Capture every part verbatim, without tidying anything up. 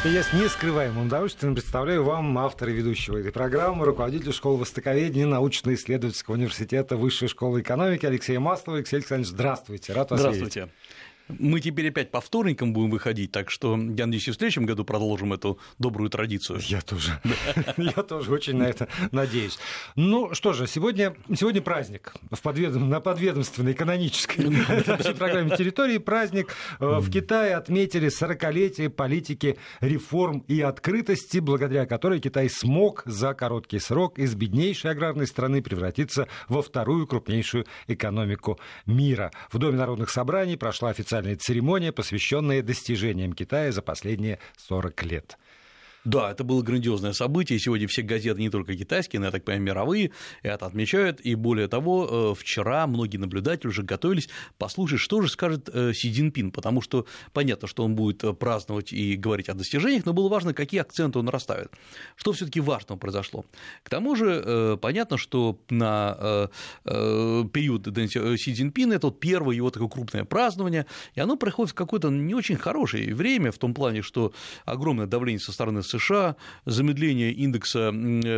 И я с нескрываемым удовольствием представляю вам автора и ведущего этой программы, руководителя школы востоковедения научно-исследовательского университета Высшей школы экономики Алексея Маслова. Алексей Александрович, здравствуйте, рад вас видеть. Здравствуйте. Мы теперь опять по вторникам будем выходить, так что, я надеюсь, и в следующем году продолжим эту добрую традицию. Я тоже. Я тоже очень на это надеюсь. Ну что же, сегодня, сегодня праздник в подведом, на подведомственной канонической программе территории. Праздник. В Китае отметили сорокалетие политики реформ и открытости, благодаря которой Китай смог за короткий срок из беднейшей аграрной страны превратиться во вторую крупнейшую экономику мира. В Доме народных собраний прошла официальная церемония, посвященная достижениям Китая за последние сорок лет. Да, это было грандиозное событие. Сегодня все газеты, не только китайские, но, я так понимаю, мировые, это отмечают. И более того, вчера многие наблюдатели уже готовились послушать, что же скажет Си Цзиньпин, потому что понятно, что он будет праздновать и говорить о достижениях, но было важно, какие акценты он расставит. Что все-таки важного произошло. К тому же, понятно, что на период Си Цзиньпина это вот первое его такое крупное празднование, и оно проходит в какое-то не очень хорошее время, в том плане, что огромное давление со стороны США, США, замедление индекса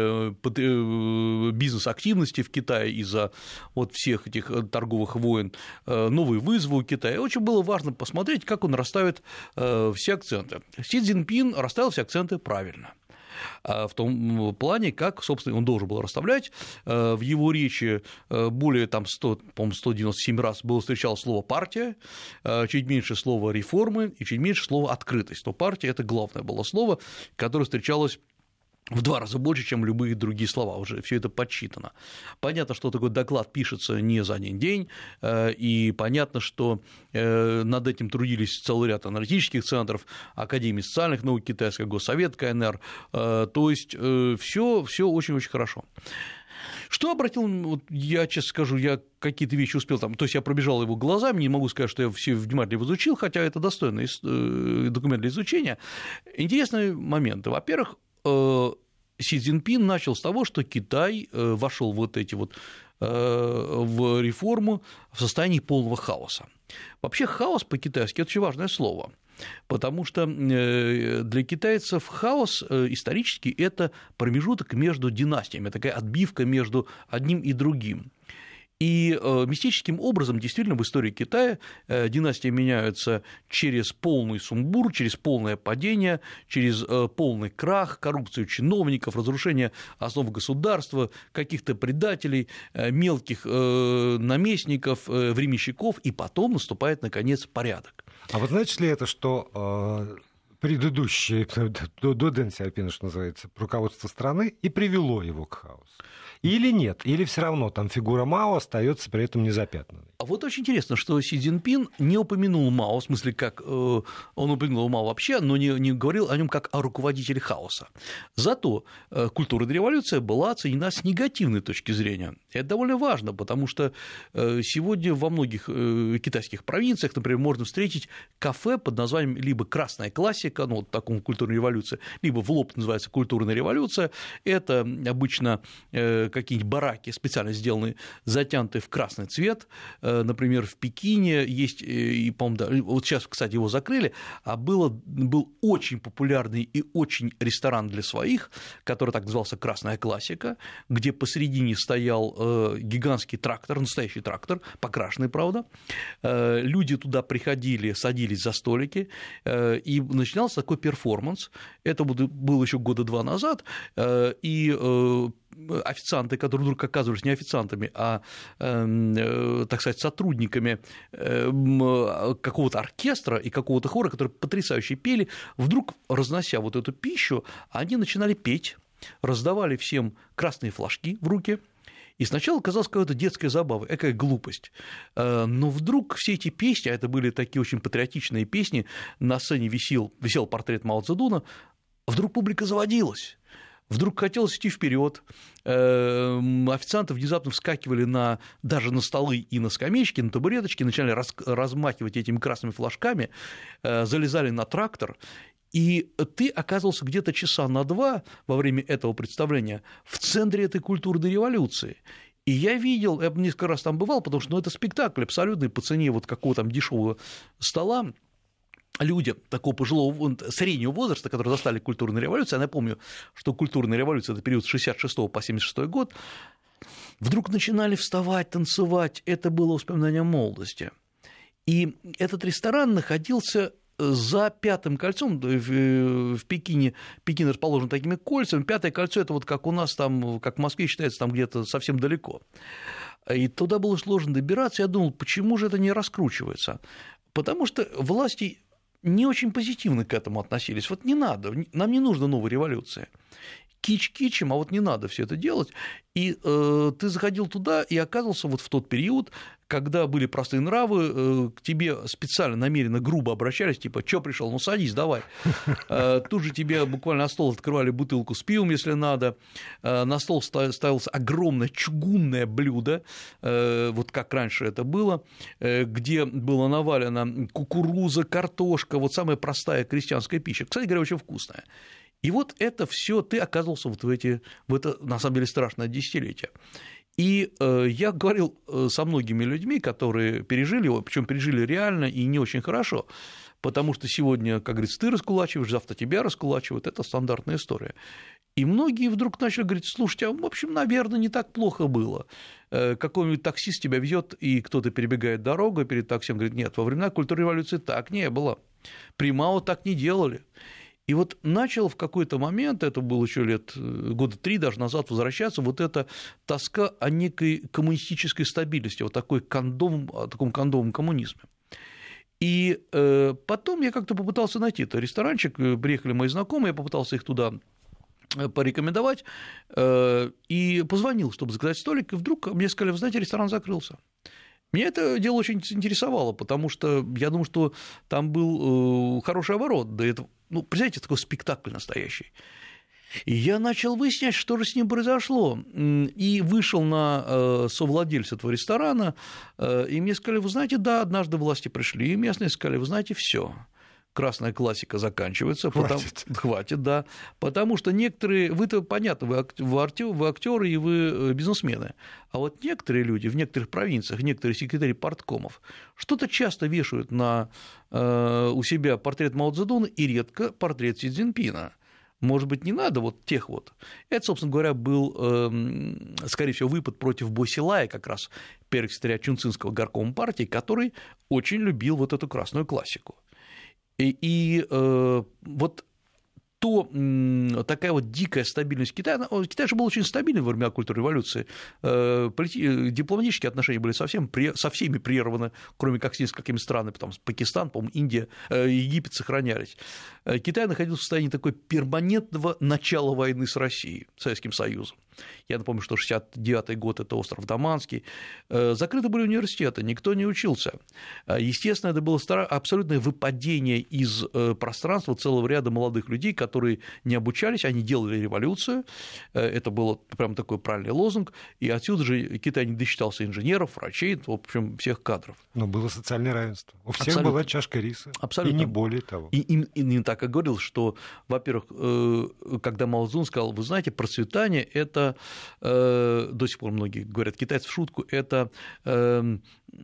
бизнес-активности в Китае из-за вот всех этих торговых войн, новые вызовы у Китая. Очень было важно посмотреть, как он расставит все акценты. Си Цзиньпин расставил все акценты правильно. В том плане, как, собственно, он должен был расставлять. В его речи более там, сто, по-моему, сто девяносто семь раз было встречалось слово «партия», чуть меньше слова «реформы» и чуть меньше слова «открытость». Но партия – это главное было слово, которое встречалось в два раза больше, чем любые другие слова, уже все это подсчитано. Понятно, что такой доклад пишется не за один день, и понятно, что над этим трудились целый ряд аналитических центров, Академии социальных наук, Китайского госсовет ка эн эр, то есть все, все очень-очень хорошо. Что обратил, вот я честно скажу, я какие-то вещи успел там, то есть я пробежал его глазами, не могу сказать, что я все внимательно изучил, хотя это достойный документ для изучения. Интересные моменты. Во-первых, Си Цзиньпин начал с того, что Китай вошел в вот эти вот в реформу в состоянии полного хаоса. Вообще хаос по-китайски – это очень важное слово, потому что для китайцев хаос исторически – это промежуток между династиями, такая отбивка между одним и другим. И мистическим образом, действительно, в истории Китая династии меняются через полный сумбур, через полное падение, через полный крах, коррупцию чиновников, разрушение основ государства, каких-то предателей, мелких наместников, временщиков, и потом наступает, наконец, порядок. А вы знаете ли это, что предыдущее, до, до Дэн Сяопина, что называется, руководство страны и привело его к хаосу? Или нет? Или все равно там фигура Мао остается при этом незапятнанной? А вот очень интересно, что Си Цзиньпин не упомянул Мао, в смысле, как э, он упомянул Мао вообще, но не, не говорил о нем как о руководителе хаоса. Зато э, культурная революция была оценена с негативной точки зрения. Это довольно важно, потому что э, сегодня во многих э, китайских провинциях, например, можно встретить кафе под названием либо «Красная классика», ну, вот такому культурной революции, либо в лоб называется «Культурная революция». Это обычно э, какие-нибудь бараки, специально сделанные, затянутые в красный цвет. Например, в Пекине есть, и, по-моему, да, вот сейчас, кстати, его закрыли, а было, был очень популярный и очень ресторан для своих, который так назывался «Красная классика», где посередине стоял гигантский трактор, настоящий трактор, покрашенный, правда. Люди туда приходили, садились за столики, и начинался такой перформанс. Это было еще года два назад, и официанты, которые вдруг оказывались не официантами, а, э, так сказать, сотрудниками э, какого-то оркестра и какого-то хора, которые потрясающе пели, вдруг, разнося вот эту пищу, они начинали петь, раздавали всем красные флажки в руки. И сначала казалось какой-то детской забавой, какая глупость. Но вдруг все эти песни, а это были такие очень патриотичные песни, на сцене висел, висел портрет Мао Цзэдуна, вдруг публика заводилась. Вдруг хотелось идти вперед, официанты внезапно вскакивали на, даже на столы и на скамеечки, на табуреточки, начали раз, размахивать этими красными флажками, залезали на трактор, и ты оказывался где-то часа на два во время этого представления в центре этой культурной революции. И я видел, я несколько раз там бывал, потому что ну, это спектакль абсолютный по цене вот какого-то там дешевого стола. люди такого пожилого, среднего возраста, которые застали культурную революцию, я напомню, что культурная революция – это период с шестьдесят шестого по семьдесят шестой год, вдруг начинали вставать, танцевать, это было воспоминание молодости. И этот ресторан находился за Пятым кольцом, в Пекине, Пекин расположен такими кольцами, Пятое кольцо – это вот как у нас там, как в Москве считается, там где-то совсем далеко. И туда было сложно добираться, я думал, почему же это не раскручивается? Потому что власти не очень позитивно к этому относились. Вот не надо, нам не нужно новой революции. Кич кичем, а вот не надо все это делать. И э, ты заходил туда и оказывался вот в тот период, когда были простые нравы, э, к тебе специально, намеренно, грубо обращались, типа, чё пришел, ну садись, давай. Э, тут же тебе буквально на стол открывали бутылку с пивом, если надо. Э, на стол ставилось огромное чугунное блюдо, э, вот как раньше это было, э, где было навалено кукуруза, картошка, вот самая простая крестьянская пища. Кстати говоря, очень вкусная. И вот это все ты оказывался вот в эти, в это, на самом деле, страшное десятилетие. И э, я говорил со многими людьми, которые пережили его, причем пережили реально и не очень хорошо, потому что сегодня, как говорится, ты раскулачиваешь, завтра тебя раскулачивают, это стандартная история. И многие вдруг начали говорить: слушайте, а в общем, наверное, не так плохо было. Какой-нибудь таксист тебя везет, и кто-то перебегает дорогу перед такси, он говорит: нет, во времена культурной революции так не было, при Мао так не делали. И вот начал в какой-то момент, это было еще лет, года три даже назад, возвращаться вот эта тоска о некой коммунистической стабильности, вот такой кондом, о таком кондовом коммунизме. И э, потом я как-то попытался найти этот ресторанчик, приехали мои знакомые, я попытался их туда порекомендовать, э, и позвонил, чтобы заказать столик, и вдруг мне сказали: вы знаете, ресторан закрылся. Меня это дело очень заинтересовало, потому что я думаю, что там был хороший оборот до этого. Ну, представляете, такой спектакль настоящий. И я начал выяснять, что же с ним произошло, и вышел на совладельца этого ресторана, и мне сказали: вы знаете, да, однажды власти пришли, и местные сказали: вы знаете, все. Красная классика заканчивается, хватит. Потому, хватит, да, потому что некоторые, вы-то понятно, вы, вы актеры и вы бизнесмены, а вот некоторые люди в некоторых провинциях, некоторые секретари парткомов что-то часто вешают на, э, у себя портрет Мао Цзэдуна и редко портрет Си Цзиньпина. Может быть, не надо вот тех вот. Это, собственно говоря, был, э, скорее всего, выпад против Бо Силая, как раз первого секретаря Чунцинского горкома партии, который очень любил вот эту красную классику. И, и э, вот то, такая вот дикая стабильность Китая, Китай же был очень стабильный во время культурной революции, э, полити... дипломатические отношения были совсем, со всеми прерваны, кроме как с несколькими странами, потом Пакистан, по-моему, Индия, э, Египет сохранялись. Китай находился в состоянии такой перманентного начала войны с Россией, Советским Союзом. Я напомню, что шестьдесят девятый год – это остров Даманский. Закрыты были университеты, никто не учился. Естественно, это было абсолютное выпадение из пространства целого ряда молодых людей, которые не обучались, они делали революцию. Это был прям такой правильный лозунг. И отсюда же Китай не досчитался инженеров, врачей, в общем, всех кадров. Но было социальное равенство. У всех Абсолютно. Была чашка риса. Абсолютно. И не более того. И, и, и не так, как говорил, что, во-первых, когда Мао Цзэдун сказал: вы знаете, процветание – это до сих пор многие говорят, китайцы в шутку, это, жарь,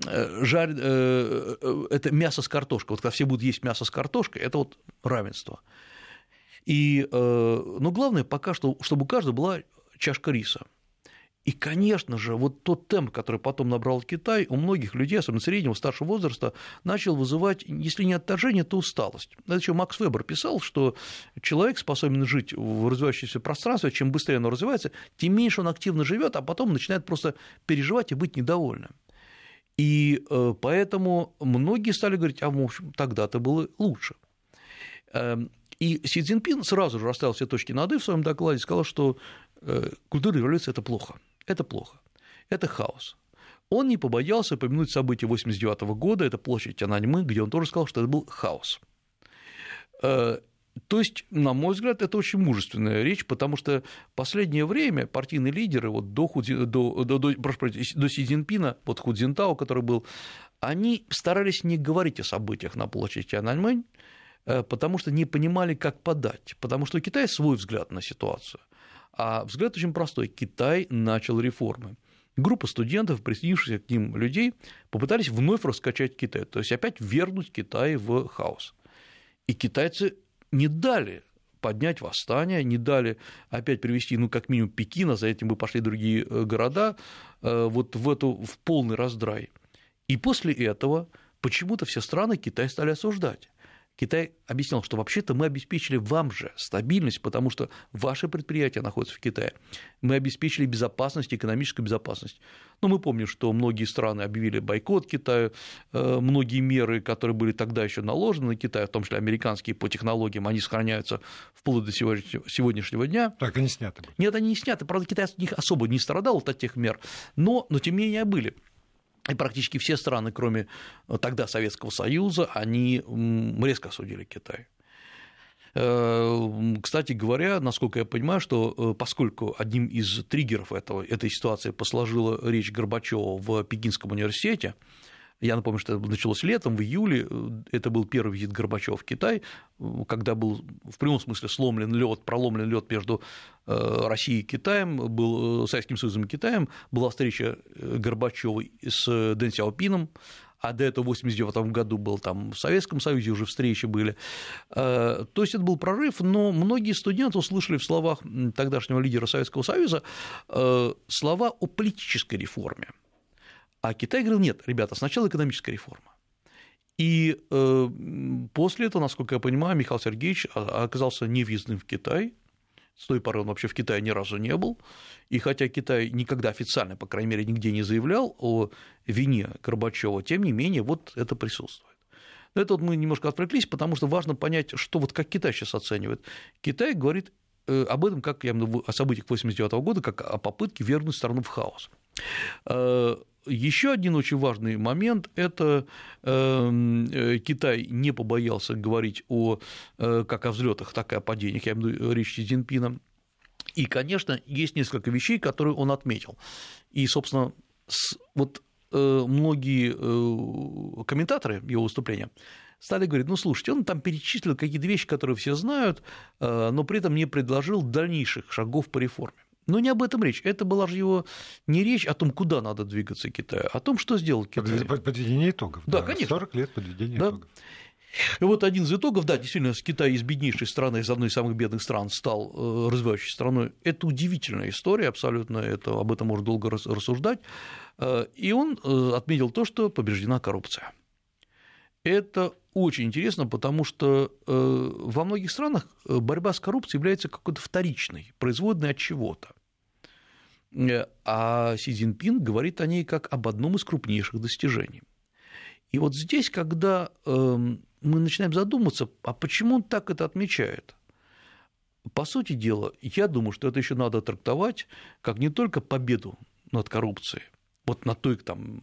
это мясо с картошкой. Вот когда все будут есть мясо с картошкой, это вот равенство. И, но главное пока что, чтобы у каждого была чашка риса. И, конечно же, вот тот темп, который потом набрал Китай, у многих людей, особенно среднего, старшего возраста, начал вызывать, если не отторжение, то усталость. Это еще Макс Вебер писал, что человек способен жить в развивающемся пространстве, чем быстрее оно развивается, тем меньше он активно живет, а потом начинает просто переживать и быть недовольным. И поэтому многие стали говорить: а в общем, тогда-то было лучше. И Си Цзиньпин сразу же расставил все точки над «и» в своем докладе, сказал, что культурная революция – это плохо. Это плохо, это хаос. Он не побоялся упомянуть события восемьдесят девятого года, это площадь Тяньаньмэнь, где он тоже сказал, что это был хаос. То есть, на мой взгляд, это очень мужественная речь, потому что в последнее время партийные лидеры вот до, Худи... до, до, до, прошу прощения, до Си Цзиньпина, вот Ху Цзинтао, который был, они старались не говорить о событиях на площади Тяньаньмэнь, потому что не понимали, как подать, потому что у Китая свой взгляд на ситуацию. А взгляд очень простой. Китай начал реформы. Группа студентов, присоединившихся к ним людей, попытались вновь раскачать Китай, то есть опять вернуть Китай в хаос. И китайцы не дали поднять восстание, не дали опять привести, ну, как минимум, Пекин, а за этим бы пошли другие города, вот в эту, в полный раздрай. И после этого почему-то все страны Китай стали осуждать. Китай объяснял, что вообще-то мы обеспечили вам же стабильность, потому что ваши предприятия находятся в Китае. Мы обеспечили безопасность, экономическую безопасность. Но мы помним, что многие страны объявили бойкот Китаю, многие меры, которые были тогда еще наложены на Китай, в том числе американские по технологиям, они сохраняются вплоть до сегодняшнего дня. Так, они сняты. Нет, они не сняты. Правда, Китай от них особо не страдал от тех мер, но, но тем не менее были. И практически все страны, кроме тогда Советского Союза, они резко осудили Китай. Кстати говоря, насколько я понимаю, что поскольку одним из триггеров этого, этой ситуации послужила речь Горбачёва в Пекинском университете, я напомню, что это началось летом, в июле, это был первый визит Горбачёва в Китай, когда был в прямом смысле сломлен лед, проломлен лед между Россией и Китаем, был Советским Союзом и Китаем, была встреча Горбачёва с Дэн Сяопином, а до этого в восемьдесят девятом году был там в Советском Союзе уже встречи были. То есть это был прорыв, но многие студенты услышали в словах тогдашнего лидера Советского Союза слова о политической реформе. А Китай говорил: нет, ребята, сначала экономическая реформа. И э, после этого, насколько я понимаю, Михаил Сергеевич оказался невъездным в Китай. С той поры он вообще в Китае ни разу не был. И хотя Китай никогда официально, по крайней мере, нигде не заявлял о вине Горбачёва, тем не менее, вот это присутствует. Но это вот мы немножко отвлеклись, потому что важно понять, что вот как Китай сейчас оценивает. Китай говорит об этом, как я имею в виду, о событиях восемьдесят девятого года, как о попытке вернуть страну в хаос. Еще один очень важный момент – это Китай не побоялся говорить о, как о взлетах, так и о падениях, я имею в виду речь Си Цзиньпина. И, конечно, есть несколько вещей, которые он отметил. И, собственно, вот многие комментаторы его выступления стали говорить: ну, слушайте, он там перечислил какие-то вещи, которые все знают, но при этом не предложил дальнейших шагов по реформе. Но не об этом речь. Это была же его не речь о том, куда надо двигаться Китаю, а о том, что сделал Китай. Подведение итогов. Да, да, конечно. сорок лет подведения да. итогов. И вот один из итогов, да, действительно, Китай из беднейшей страны, из одной из самых бедных стран стал развивающейся страной. Это удивительная история, абсолютно, это, об этом можно долго рассуждать. И он отметил то, что побеждена коррупция. Это очень интересно, потому что во многих странах борьба с коррупцией является какой-то вторичной, производной от чего-то. А Си Цзиньпин говорит о ней как об одном из крупнейших достижений. И вот здесь, когда мы начинаем задумываться, а почему он так это отмечает? По сути дела, я думаю, что это еще надо трактовать как не только победу над коррупцией, вот на той, там,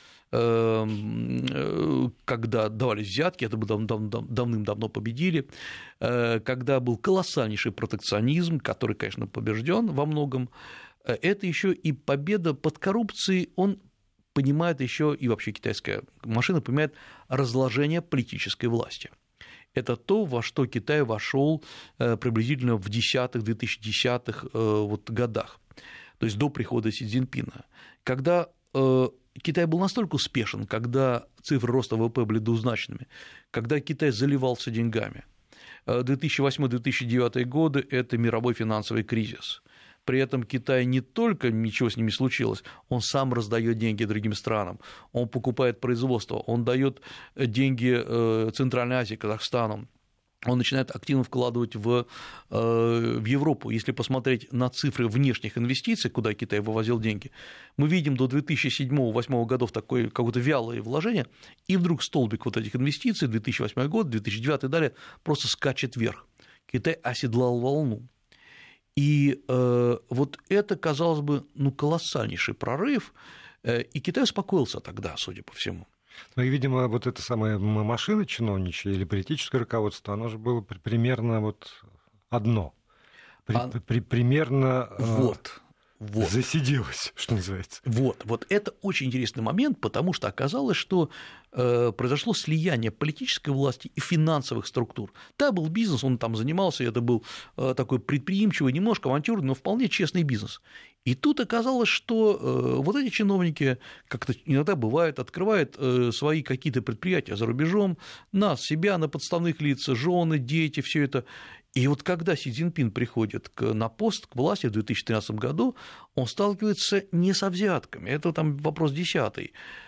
когда давались взятки, это бы давным-давно победили, когда был колоссальнейший протекционизм, который, конечно, побежден во многом, это еще и победа под коррупцией, он понимает еще, и вообще китайская машина понимает разложение политической власти. Это то, во что Китай вошел приблизительно в десятых, две тысячи десятых вот годах, то есть до прихода Си Цзиньпина, когда Китай был настолько успешен, когда цифры роста вэ вэ пэ были двузначными, когда Китай заливался деньгами. две тысячи восьмой - две тысячи девятый годы – это мировой финансовый кризис. При этом Китай не только ничего с ними случилось, он сам раздает деньги другим странам, он покупает производство, он дает деньги Центральной Азии, Казахстану, он начинает активно вкладывать в, в Европу. Если посмотреть на цифры внешних инвестиций, куда Китай вывозил деньги, мы видим до две тысячи седьмого - две тысячи восьмого годов такое какое-то вялое вложение, и вдруг столбик вот этих инвестиций, две тысячи восьмой год, две тысячи девятый и далее, просто скачет вверх. Китай оседлал волну. И э, вот это, казалось бы, ну, колоссальнейший прорыв, э, и Китай успокоился тогда, судя по всему. Ну и, видимо, вот эта самая машина чиновничья или политическое руководство, оно же было примерно вот одно, при, а... при, примерно вот, э, вот. засиделось, что называется. Вот, вот это очень интересный момент, потому что оказалось, что произошло слияние политической власти и финансовых структур. Да, был бизнес, он там занимался, это был такой предприимчивый, немножко авантюрный, но вполне честный бизнес. И тут оказалось, что вот эти чиновники, как это иногда бывает, открывают свои какие-то предприятия за рубежом, на себя, на подставных лиц, жены, дети, все это. И вот когда Си Цзиньпин приходит на пост к власти в две тысячи тринадцатом году, он сталкивается не со взятками, это там вопрос десятый,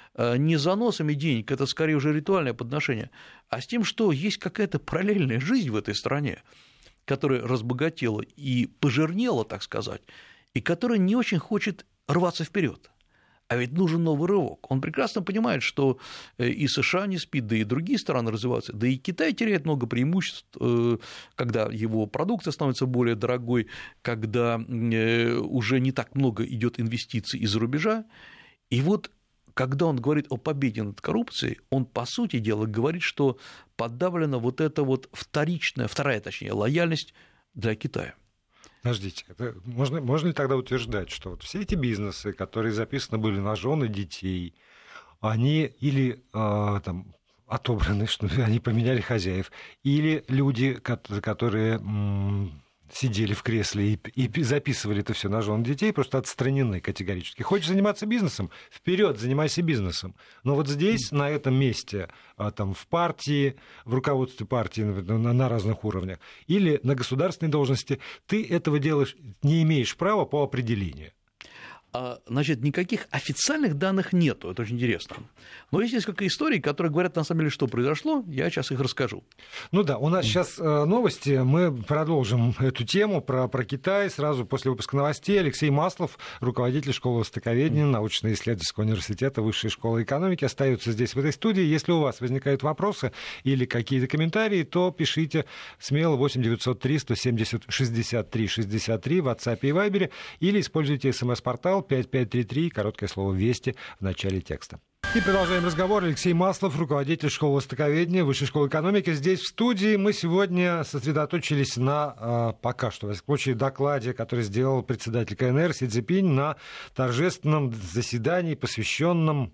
не заносами денег, это скорее уже ритуальное подношение, а с тем, что есть какая-то параллельная жизнь в этой стране, которая разбогатела и пожирнела, так сказать, и которая не очень хочет рваться вперед. А ведь нужен новый рывок. Он прекрасно понимает, что и США не спит, да и другие страны развиваются, да и Китай теряет много преимуществ, когда его продукция становится более дорогой, когда уже не так много идет инвестиций из-за рубежа. И вот когда он говорит о победе над коррупцией, он, по сути дела, говорит, что подавлена вот эта вот вторичная, вторая, точнее, лояльность для Китая. Подождите, это можно, можно ли тогда утверждать, что вот все эти бизнесы, которые записаны были на жены детей, они или э, там, отобраны, что они поменяли хозяев, или люди, которые м- сидели в кресле и, и записывали это все на жены детей, просто отстранены категорически. Хочешь заниматься бизнесом? Вперед, занимайся бизнесом. Но вот здесь, на этом месте, там, в партии, в руководстве партии на, на разных уровнях, или на государственной должности, ты этого делаешь, не имеешь права по определению. Значит, никаких официальных данных нету, это очень интересно. Но есть несколько историй, которые говорят, на самом деле, что произошло, я сейчас их расскажу. Ну да, у нас сейчас новости, мы продолжим эту тему про, про Китай. Сразу после выпуска новостей Алексей Маслов, руководитель школы востоковедения, научно-исследовательского университета Высшей школы экономики, остается здесь, в этой студии. Если у вас возникают вопросы или какие-то комментарии, то пишите смело восемь девятьсот три сто семьдесят шестьдесят три шестьдесят три в WhatsApp и Viber, или используйте смс-портал пять пять три три, короткое слово «Вести» в начале текста. И продолжаем разговор. Алексей Маслов, руководитель школы востоковедения, Высшей школы экономики. Здесь, в студии, мы сегодня сосредоточились на, пока что, в случае, докладе, который сделал председатель ка эн эр Си Цзиньпин на торжественном заседании, посвященном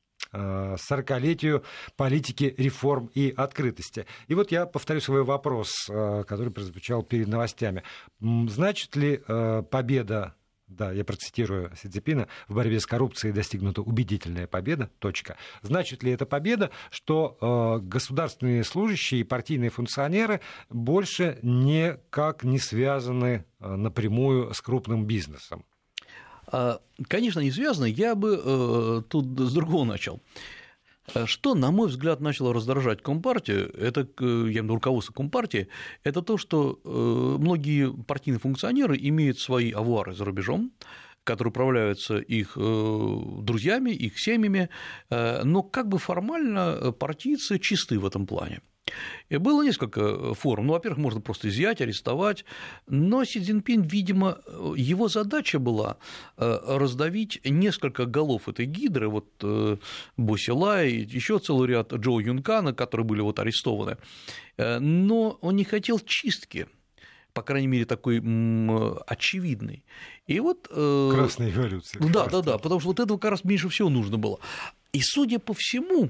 сорокалетию политики реформ и открытости. И вот я повторю свой вопрос, который прозвучал перед новостями. Значит ли победа, да, я процитирую Си Цзиньпина, в борьбе с коррупцией достигнута убедительная победа, точка. Значит ли это победа, что э, государственные служащие и партийные функционеры больше никак не связаны э, напрямую с крупным бизнесом? Конечно, не связаны. Я бы э, тут с другого начал. Что, на мой взгляд, начало раздражать Компартию, это, я имею в виду руководство Компартии, это то, что многие партийные функционеры имеют свои авуары за рубежом, которые управляются их друзьями, их семьями, но как бы формально партийцы чисты в этом плане. И было несколько форм. Ну, во-первых, можно просто изъять, арестовать, но Си Цзиньпин, видимо, его задача была раздавить несколько голов этой гидры, вот Бо Силай, еще целый ряд Джоу Юнкана, которые были вот арестованы, но он не хотел чистки, по крайней мере, такой очевидной. И вот... Красная революция. Да, да, да, потому что вот этого как раз меньше всего нужно было. И, судя по всему,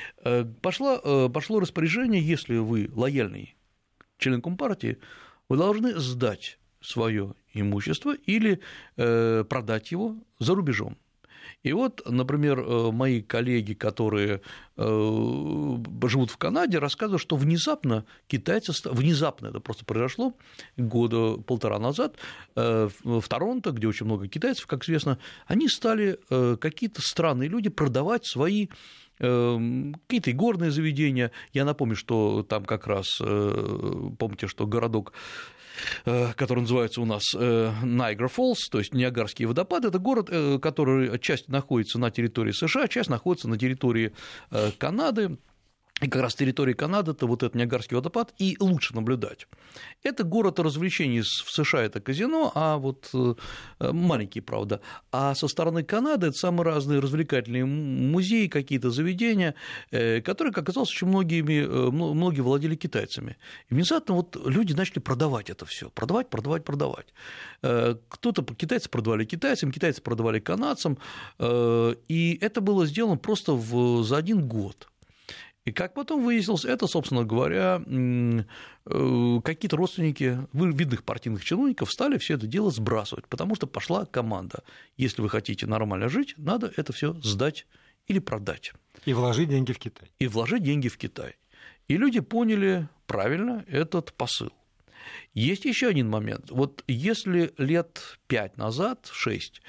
Пошло, пошло распоряжение, если вы лояльный член Компартии, вы должны сдать свое имущество или продать его за рубежом. И вот, например, мои коллеги, которые живут в Канаде, рассказывают, что внезапно китайцы, внезапно это просто произошло года полтора назад, в Торонто, где очень много китайцев, как известно, они стали, какие-то странные люди, продавать свои какие-то игорные заведения. Я напомню, что там как раз, помните, что городок, который называется у нас Niagara Falls, то есть Ниагарские водопады, это город, который часть находится на территории США, часть находится на территории Канады. И как раз территория Канады – это вот этот Ниагарский водопад, и лучше наблюдать. Это город развлечений, в США это казино, а вот маленький, правда. А со стороны Канады – это самые разные развлекательные музеи, какие-то заведения, которые, как оказалось, очень многими, многие владели китайцами. И внезапно вот люди начали продавать это все, продавать, продавать, продавать. Кто-то, китайцы продавали китайцам, китайцы продавали канадцам, и это было сделано просто в, за один год. И как потом выяснилось, это, собственно говоря, какие-то родственники видных партийных чиновников стали все это дело сбрасывать, потому что пошла команда. Если вы хотите нормально жить, надо это все сдать или продать. И вложить деньги в Китай. И вложить деньги в Китай. И люди поняли правильно этот посыл. Есть еще один момент. Вот если лет пять назад, шесть,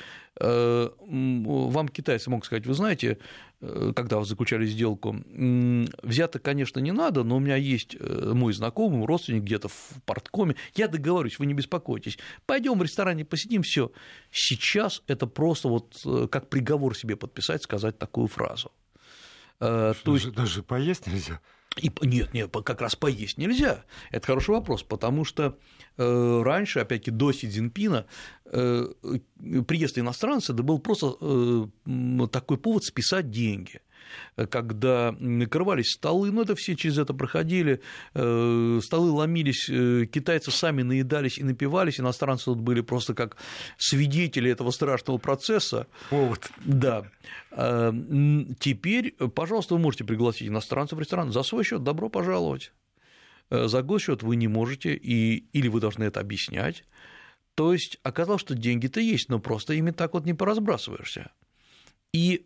вам китайцы могут сказать, вы знаете, когда вы заключали сделку, взято, конечно, не надо, но у меня есть мой знакомый, родственник где-то в парткоме, я договорюсь, вы не беспокойтесь, пойдем в ресторане посидим, все. Сейчас это просто вот как приговор себе подписать, сказать такую фразу. Что, То есть даже поесть нельзя? И, нет, нет, как раз поесть нельзя. Это хороший вопрос, потому что э, раньше, опять-таки, до Си Цзиньпина э, приезд иностранца это был просто э, такой повод списать деньги. Когда накрывались столы, ну, это все через это проходили, столы ломились, китайцы сами наедались и напивались, иностранцы тут были просто как свидетели этого страшного процесса. Повод. Да. Теперь, пожалуйста, вы можете пригласить иностранцев в ресторан, за свой счет добро пожаловать. За госчет вы не можете, и... или вы должны это объяснять. То есть оказалось, что деньги-то есть, но просто ими так вот не поразбрасываешься. И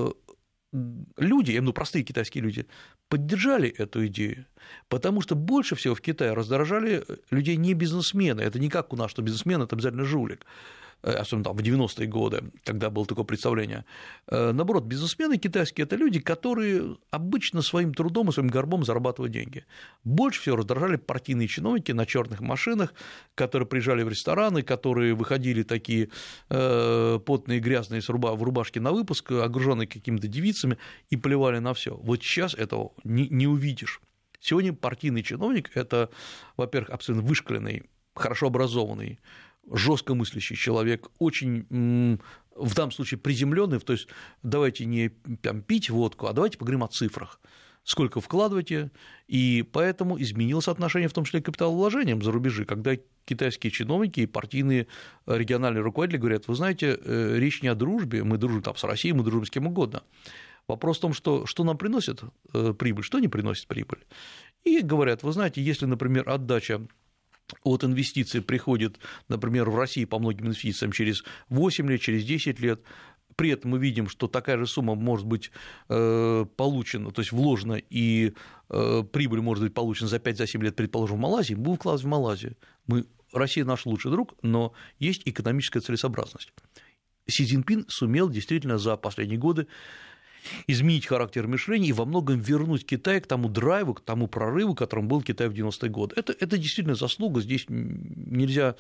люди, я имею в виду простые китайские люди, поддержали эту идею, потому что больше всего в Китае раздражали людей не бизнесмены. Это не как у нас, что бизнесмен – это обязательно жулик, особенно там в девяностые годы, когда было такое представление. Наоборот, бизнесмены китайские – это люди, которые обычно своим трудом и своим горбом зарабатывают деньги. Больше всего раздражали партийные чиновники на черных машинах, которые приезжали в рестораны, которые выходили такие потные, грязные в рубашке на выпуск, окруженные какими-то девицами, и плевали на все. Вот сейчас этого не, не увидишь. Сегодня партийный чиновник – это, во-первых, абсолютно вышкаленный, хорошо образованный, жестко мыслящий человек, очень, в данном случае, приземленный, то есть давайте не там, пить водку, а давайте поговорим о цифрах, сколько вкладываете, и поэтому изменилось отношение, в том числе к капиталовложениям за рубежи, когда китайские чиновники и партийные региональные руководители говорят, вы знаете, речь не о дружбе, мы дружим там с Россией, мы дружим с кем угодно, вопрос в том, что, что нам приносит прибыль, что не приносит прибыль, и говорят, вы знаете, если, например, отдача от инвестиций приходит, например, в России по многим инвестициям через восемь лет, через десять лет, при этом мы видим, что такая же сумма может быть получена, то есть вложена, и прибыль может быть получена за пять-семь лет, предположим, в Малайзии, мы будем вкладывать в Малайзию. Мы, Россия наш лучший друг, но есть экономическая целесообразность. Си Цзиньпин сумел действительно за последние годы изменить характер мышления и во многом вернуть Китай к тому драйву, к тому прорыву, которым был Китай в девяностые годы. Это, это действительно заслуга, здесь нельзя,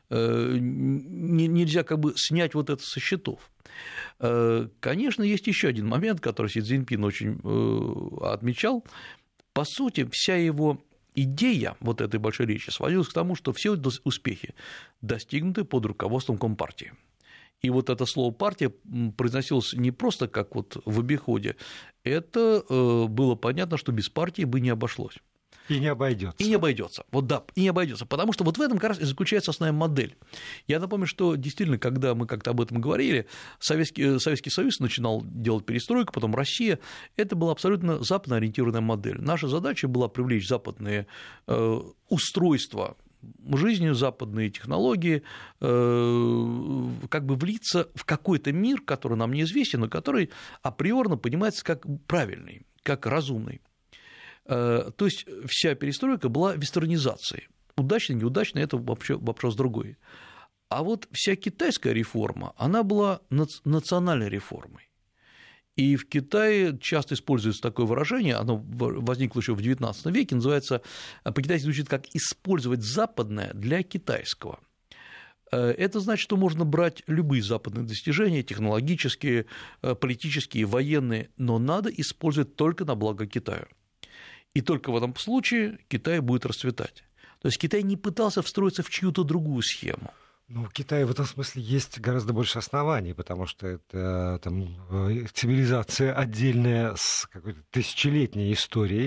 нельзя как бы снять вот это со счетов. Конечно, есть еще один момент, который Си Цзиньпин очень отмечал. По сути, вся его идея вот этой большой речи сводилась к тому, что все успехи достигнуты под руководством Компартии. И вот это слово «партия» произносилось не просто как вот в обиходе, это было понятно, что без партии бы не обошлось. И не обойдется. И не обойдется. Вот да, и не обойдется. Потому что вот в этом как раз и заключается основная модель. Я напомню, что действительно, когда мы как-то об этом говорили, Советский, Советский Союз начинал делать перестройку, потом Россия, это была абсолютно западно-ориентированная модель. Наша задача была привлечь западные устройства жизни, западные технологии, как бы влиться в какой-то мир, который нам неизвестен, но который априорно понимается как правильный, как разумный. То есть вся перестройка была вестернизацией. Удачно, неудачно – это вообще вопрос другой. А вот вся китайская реформа, она была национальной реформой. И в Китае часто используется такое выражение, оно возникло еще в девятнадцатом веке, называется, по-китайски звучит как «использовать западное для китайского». Это значит, что можно брать любые западные достижения, технологические, политические, военные, но надо использовать только на благо Китая. И только в этом случае Китай будет расцветать. То есть Китай не пытался встроиться в чью-то другую схему. Ну, у Китая в этом смысле есть гораздо больше оснований, потому что это там, цивилизация отдельная с какой-то тысячелетней историей,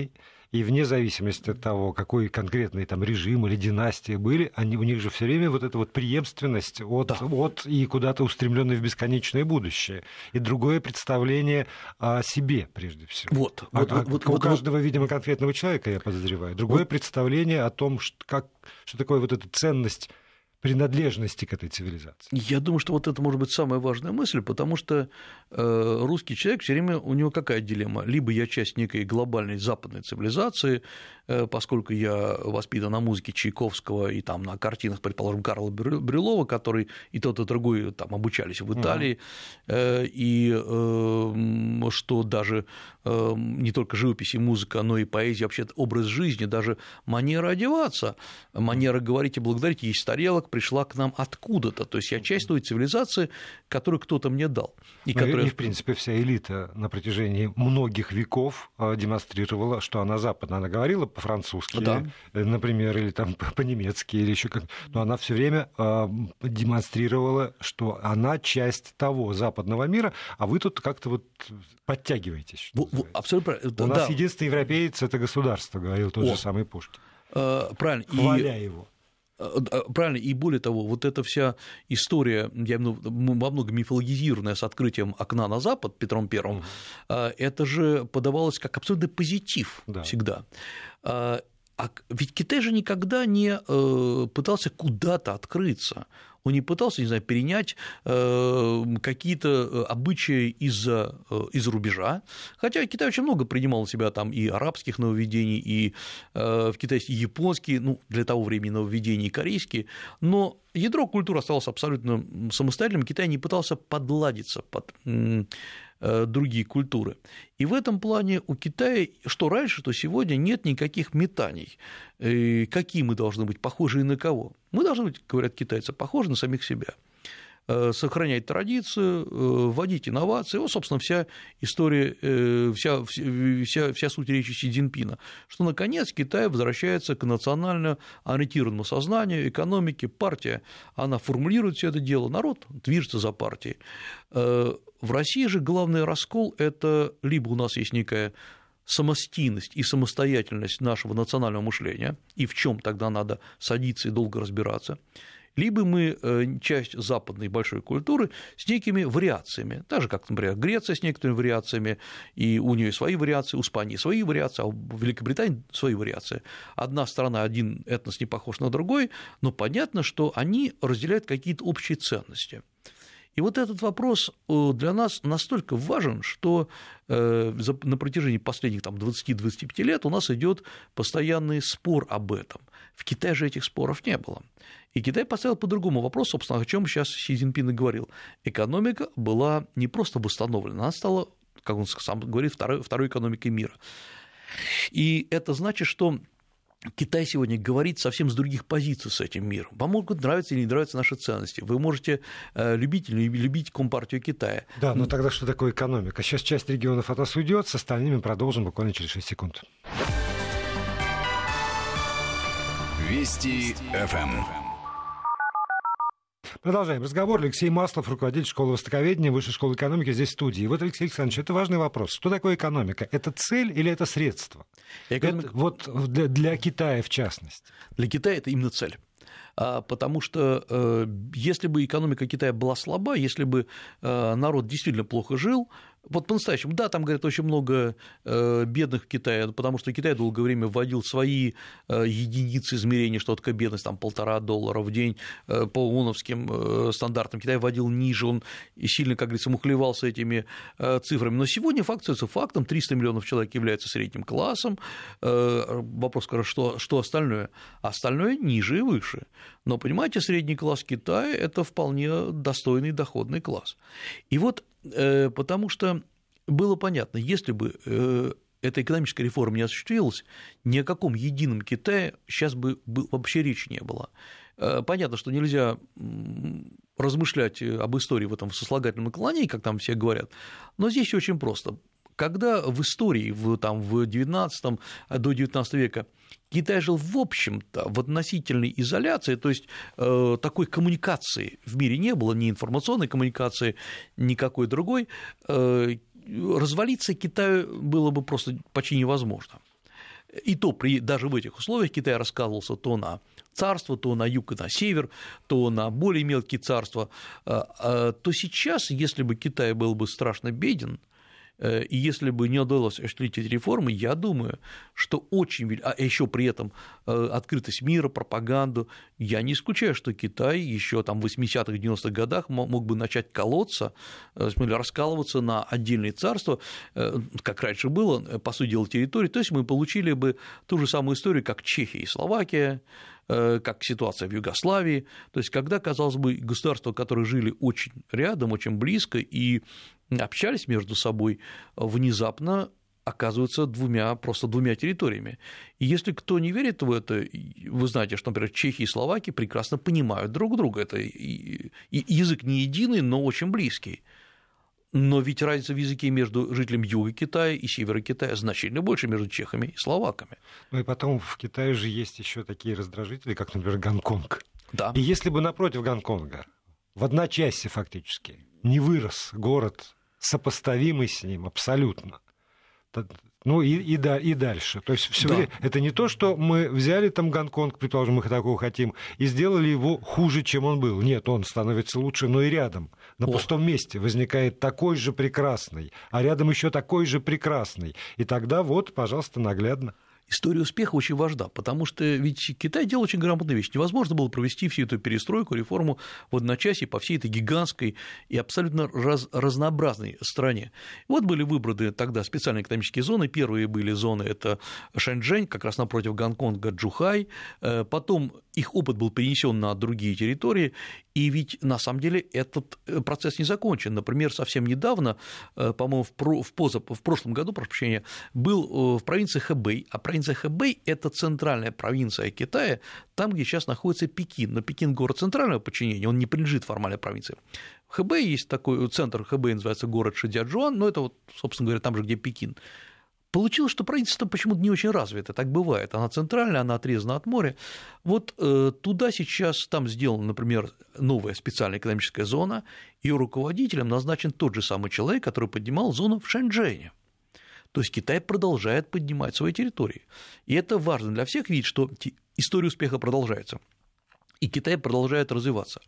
И вне зависимости от того, какой конкретный там режим или династия были, они, у них же все время вот эта вот преемственность от, да. от и куда-то устремленной в бесконечное будущее. И другое представление о себе, прежде всего. Вот, а, вот, а, вот, у вот, каждого, вот, видимо, конкретного человека, я подозреваю. Другое вот. представление о том, что, как, что такое вот эта ценность принадлежности к этой цивилизации. Я думаю, что вот это может быть самая важная мысль, потому что э, русский человек все время, у него какая дилемма? Либо я часть некой глобальной западной цивилизации, э, поскольку я воспитан на музыке Чайковского и там на картинах, предположим, Карла Брюлова, который и тот, и другой там обучались в Италии, uh-huh. э, и э, что даже э, не только живопись и музыка, но и поэзия, вообще образ жизни, даже манера одеваться, манера говорить и благодарить, есть тарелок, пришла к нам откуда-то. То есть я часть той цивилизации, которую кто-то мне дал. И, ну, которая... и, в принципе, вся элита на протяжении многих веков демонстрировала, что она западная. Она говорила по-французски, да. например, или там по-немецки, или еще как. Но она все время демонстрировала, что она часть того западного мира, а вы тут как-то вот подтягиваетесь. Абсолютно правильно. У да. нас единственный европеец — это государство, говорил тот О. же самый Пушкин. Правильно. Хваля и... его. Правильно, и более того, вот эта вся история, я во многом мифологизированная с открытием окна на запад Петром Первым, mm-hmm. это же подавалось как абсолютный позитив да. всегда. А ведь Китай же никогда не пытался куда-то открыться. Он не пытался, не знаю, перенять какие-то обычаи из-за, из-за рубежа, хотя Китай очень много принимал у себя там и арабских нововведений, и в Китае есть и японские, ну, для того времени нововведения, и корейские, но ядро культуры осталось абсолютно самостоятельным, Китай не пытался подладиться под другие культуры. И в этом плане у Китая, что раньше, то сегодня нет никаких метаний, какие мы должны быть, похожи и на кого. Мы должны быть, говорят китайцы, похожи на самих себя, сохранять традицию, вводить инновации. Вот, собственно, вся история, вся, вся, вся суть речи Си Цзиньпина, что, наконец, Китай возвращается к национально ориентированному сознанию, экономике, партия, она формулирует все это дело, народ движется за партией. В России же главный раскол – это либо у нас есть некая самостийность и самостоятельность нашего национального мышления, и в чем тогда надо садиться и долго разбираться, либо мы часть западной большой культуры с некими вариациями, так же, как, например, Греция с некоторыми вариациями, и у нее свои вариации, у Испании свои вариации, а у Великобритании свои вариации. Одна страна, один этнос не похож на другой, но понятно, что они разделяют какие-то общие ценности. И вот этот вопрос для нас настолько важен, что на протяжении последних двадцати-двадцати пяти лет у нас идет постоянный спор об этом. В Китае же этих споров не было. И Китай поставил по-другому вопрос, собственно, о чем сейчас Си Цзиньпин и говорил. Экономика была не просто восстановлена, она стала, как он сам говорит, второй, второй экономикой мира. И это значит, что Китай сегодня говорит совсем с других позиций с этим миром. Вам могут нравиться или не нравятся наши ценности. Вы можете любить или не любить Компартию Китая. Да, но тогда что такое экономика? Сейчас часть регионов от нас уйдет, с остальными продолжим буквально через шесть секунд. Вести эф эм. Продолжаем разговор. Алексей Маслов, руководитель школы востоковедения, Высшей школы экономики, здесь в студии. Вот, Алексей Александрович, это важный вопрос. Что такое экономика? Это цель или это средство? Экономика... Это вот для, для Китая в частности. Для Китая это именно цель. Потому что если бы экономика Китая была слаба, если бы народ действительно плохо жил, вот по-настоящему, да, там, говорят, очень много бедных в Китае, потому что Китай долгое время вводил свои единицы измерения, что такое бедность, там полтора доллара в день по ООНовским стандартам. Китай вводил ниже, он и сильно, как говорится, мухлевался этими цифрами. Но сегодня факт остается фактом, триста миллионов человек являются средним классом. Вопрос, что, что остальное? Остальное ниже и выше. Но, понимаете, средний класс Китая – это вполне достойный доходный класс. И вот потому что было понятно, если бы эта экономическая реформа не осуществилась, ни о каком едином Китае сейчас бы вообще речи не было. Понятно, что нельзя размышлять об истории в этом сослагательном наклонении, как там все говорят, но здесь очень просто. Когда в истории, в, там, в девятнадцатом до девятнадцатого века Китай жил, в общем-то, в относительной изоляции, то есть э, такой коммуникации в мире не было, ни информационной коммуникации, никакой другой, э, развалиться Китаю было бы просто почти невозможно. И то при, даже в этих условиях Китай раскалывался то на царство, то на юг и на север, то на более мелкие царства, то сейчас, если бы Китай был бы страшно беден, и если бы не удалось осуществить эти реформы, я думаю, что очень... А еще при этом открытость мира, пропаганду, я не исключаю, что Китай еще там в восьмидесятых, девяностых годах мог бы начать колоться, раскалываться на отдельные царства, как раньше было, по сути дела, территории. То есть мы получили бы ту же самую историю, как Чехия и Словакия, как ситуация в Югославии, то есть когда, казалось бы, государства, которые жили очень рядом, очень близко и общались между собой, внезапно оказываются двумя, просто двумя территориями. И если кто не верит в это, вы знаете, что, например, Чехия и Словакия прекрасно понимают друг друга, это язык не единый, но очень близкий. Но ведь разница в языке между жителями юга Китая и севера Китая значительно больше между чехами и словаками. Ну и потом в Китае же есть еще такие раздражители, как, например, Гонконг. Да. И если бы напротив Гонконга, в одночасье фактически, не вырос город, сопоставимый с ним абсолютно, ну и, и, да, и дальше. То есть все да. время это не то, что мы взяли там Гонконг, предположим, мы такого хотим, и сделали его хуже, чем он был. Нет, он становится лучше, но и рядом, на О. пустом месте возникает такой же прекрасный, а рядом еще такой же прекрасный. И тогда вот, пожалуйста, наглядно. История успеха очень важна, потому что ведь Китай делал очень грамотную вещь. Невозможно было провести всю эту перестройку, реформу в одночасье по всей этой гигантской и абсолютно раз, разнообразной стране. Вот были выбраны тогда специальные экономические зоны. Первые были зоны – это Шэньчжэнь, как раз напротив Гонконга, Джухай. Потом их опыт был перенесен на другие территории. И ведь на самом деле этот процесс не закончен. Например, совсем недавно, по-моему, в, поза, в прошлом году, прошу прощения, был в провинции Хэбэй, а провинция Хэбэй – это центральная провинция Китая, там, где сейчас находится Пекин. Но Пекин – город центрального подчинения, он не принадлежит формальной провинции. В Хэбэе есть такой центр, Хэбэй называется город Шидзячжуан, но это, вот, собственно говоря, там же, где Пекин. Получилось, что правительство почему-то не очень развито, так бывает. Она центральная, она отрезана от моря. Вот э, туда сейчас, там сделана, например, новая специальная экономическая зона, и руководителем назначен тот же самый человек, который поднимал зону в Шэньчжэне. То есть Китай продолжает поднимать свои территории. И это важно для всех видеть, что история успеха продолжается, и Китай продолжает развиваться.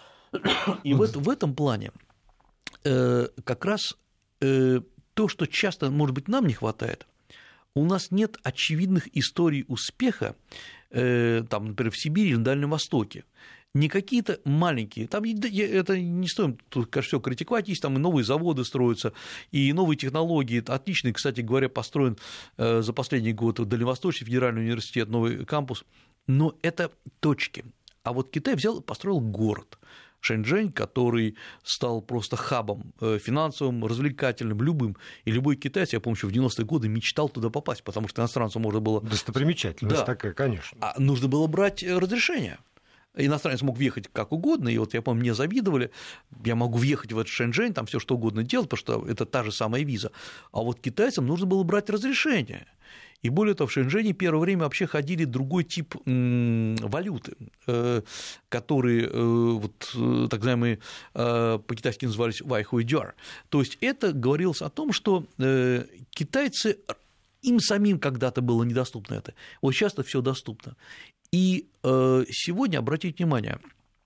И вот в этом плане э, как раз э, то, что часто, может быть, нам не хватает, у нас нет очевидных историй успеха, э, там, например, в Сибири или на Дальнем Востоке. Не какие-то маленькие, там это не стоит, тут, конечно, всё критиковать, есть там и новые заводы строятся, и новые технологии, отличный, кстати говоря, построен за последний год в Дальневосточный федеральный университет, новый кампус, но это точки. А вот Китай взял и построил город Шэньчжэнь, который стал просто хабом финансовым, развлекательным, любым. И любой китаец, я помню, что в девяностые годы мечтал туда попасть, потому что иностранцу можно было... Достопримечательность да. такая, конечно. А нужно было брать разрешение. Иностранец мог въехать как угодно, и вот я помню, мне завидовали, я могу въехать в этот Шэньчжэнь, там все что угодно делать, потому что это та же самая виза. А вот китайцам нужно было брать разрешение. И более того, в Шэньчжэне первое время вообще ходили другой тип валюты, которые, вот, так называемые, по-китайски назывались вайхуйдюар. То есть это говорилось о том, что китайцы, им самим когда-то было недоступно это, вот сейчас-то все доступно. И сегодня, обратите внимание,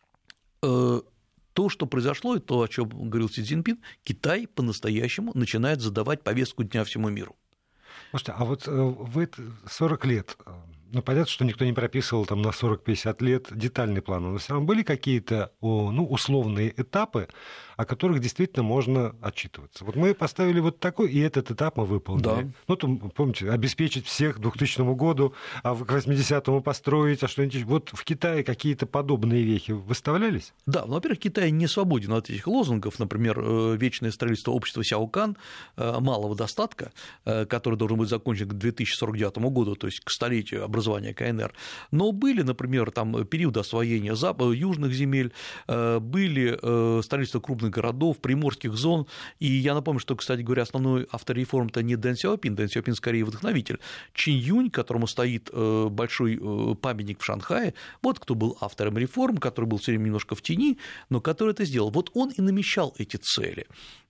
то, что произошло, и то, о чем говорил Си Цзиньпин, Китай по-настоящему начинает задавать повестку дня всему миру. Слушайте, а вот вы сорок лет, ну, понятно, что никто не прописывал там на сорок-пятьдесят лет детальный план, но все равно были какие-то, ну, условные этапы, о которых действительно можно отчитываться. Вот мы поставили вот такой, и этот этап мы выполнили. Да. Ну, там, помните, обеспечить всех к двухтысячному году, а к восьмидесятому построить, а что-нибудь. Вот в Китае какие-то подобные вехи выставлялись? Да, ну, во-первых, Китай не свободен от этих лозунгов, например, вечное строительство общества Сяокан, малого достатка, который должен быть закончен к две тысячи сорок девятому году, то есть к столетию образования КНР. Но были, например, там периоды освоения южных земель, были строительство крупных городов, приморских зон, и я напомню, что, кстати говоря, основной автор реформ-то не Дэн Сяопин, Дэн Сяопин скорее вдохновитель, Чин Юнь, которому стоит большой памятник в Шанхае, вот кто был автором реформ, который был все время немножко в тени, но который это сделал. Вот он и намечал эти цели.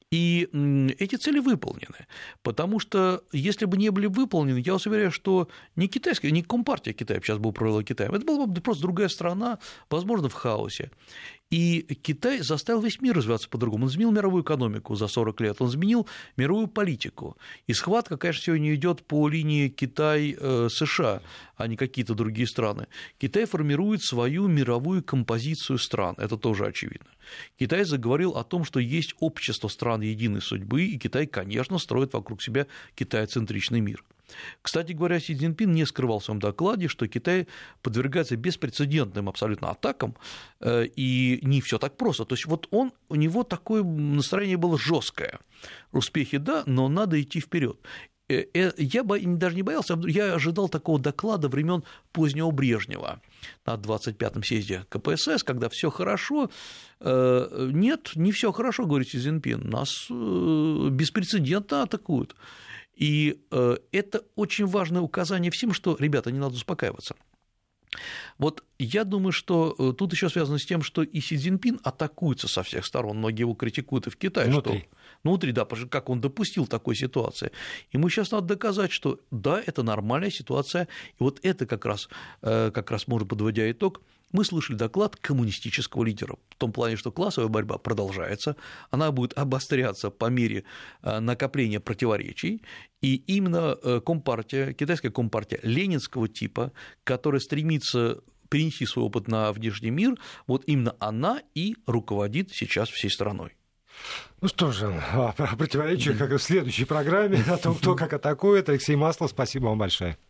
И эти цели выполнены, потому что если бы не были выполнены, я вас уверяю, что не китайская, не Компартия Китая сейчас бы управляла Китаем, это была бы просто другая страна, возможно, в хаосе. И Китай заставил весь мир развиваться по-другому. Он изменил мировую экономику за сорок лет, он изменил мировую политику. И схватка, конечно, сегодня идет по линии Китай-США, а не какие-то другие страны. Китай формирует свою мировую композицию стран, это тоже очевидно. Китай заговорил о том, что есть общество стран единой судьбы, и Китай, конечно, строит вокруг себя китайцентричный мир. Кстати говоря, Си Цзиньпин не скрывал в своем докладе, что Китай подвергается беспрецедентным абсолютно атакам, и не все так просто. То есть вот он, у него такое настроение было жесткое. Успехи да, но надо идти вперед. Я даже не боялся, я ожидал такого доклада времен позднего Брежнева на двадцать пятом съезде ка пэ эс эс, когда все хорошо. Нет, не все хорошо, говорит Си Цзиньпин, нас беспрецедентно атакуют. И это очень важное указание всем, что, ребята, не надо успокаиваться. Вот я думаю, что тут еще связано с тем, что и Си Цзиньпин атакуется со всех сторон, многие его критикуют и в Китае. Внутри. Что... Внутри, да, как он допустил такой ситуации. Ему сейчас надо доказать, что да, это нормальная ситуация, и вот это как раз, как раз можно, подводя итог, мы слышали доклад коммунистического лидера, в том плане, что классовая борьба продолжается, она будет обостряться по мере накопления противоречий, и именно компартия, китайская компартия ленинского типа, которая стремится перенести свой опыт на внешний мир, вот именно она и руководит сейчас всей страной. Ну что же, о противоречиях, как и в следующей программе, о том, кто как атакует. Алексей Маслов, спасибо вам большое.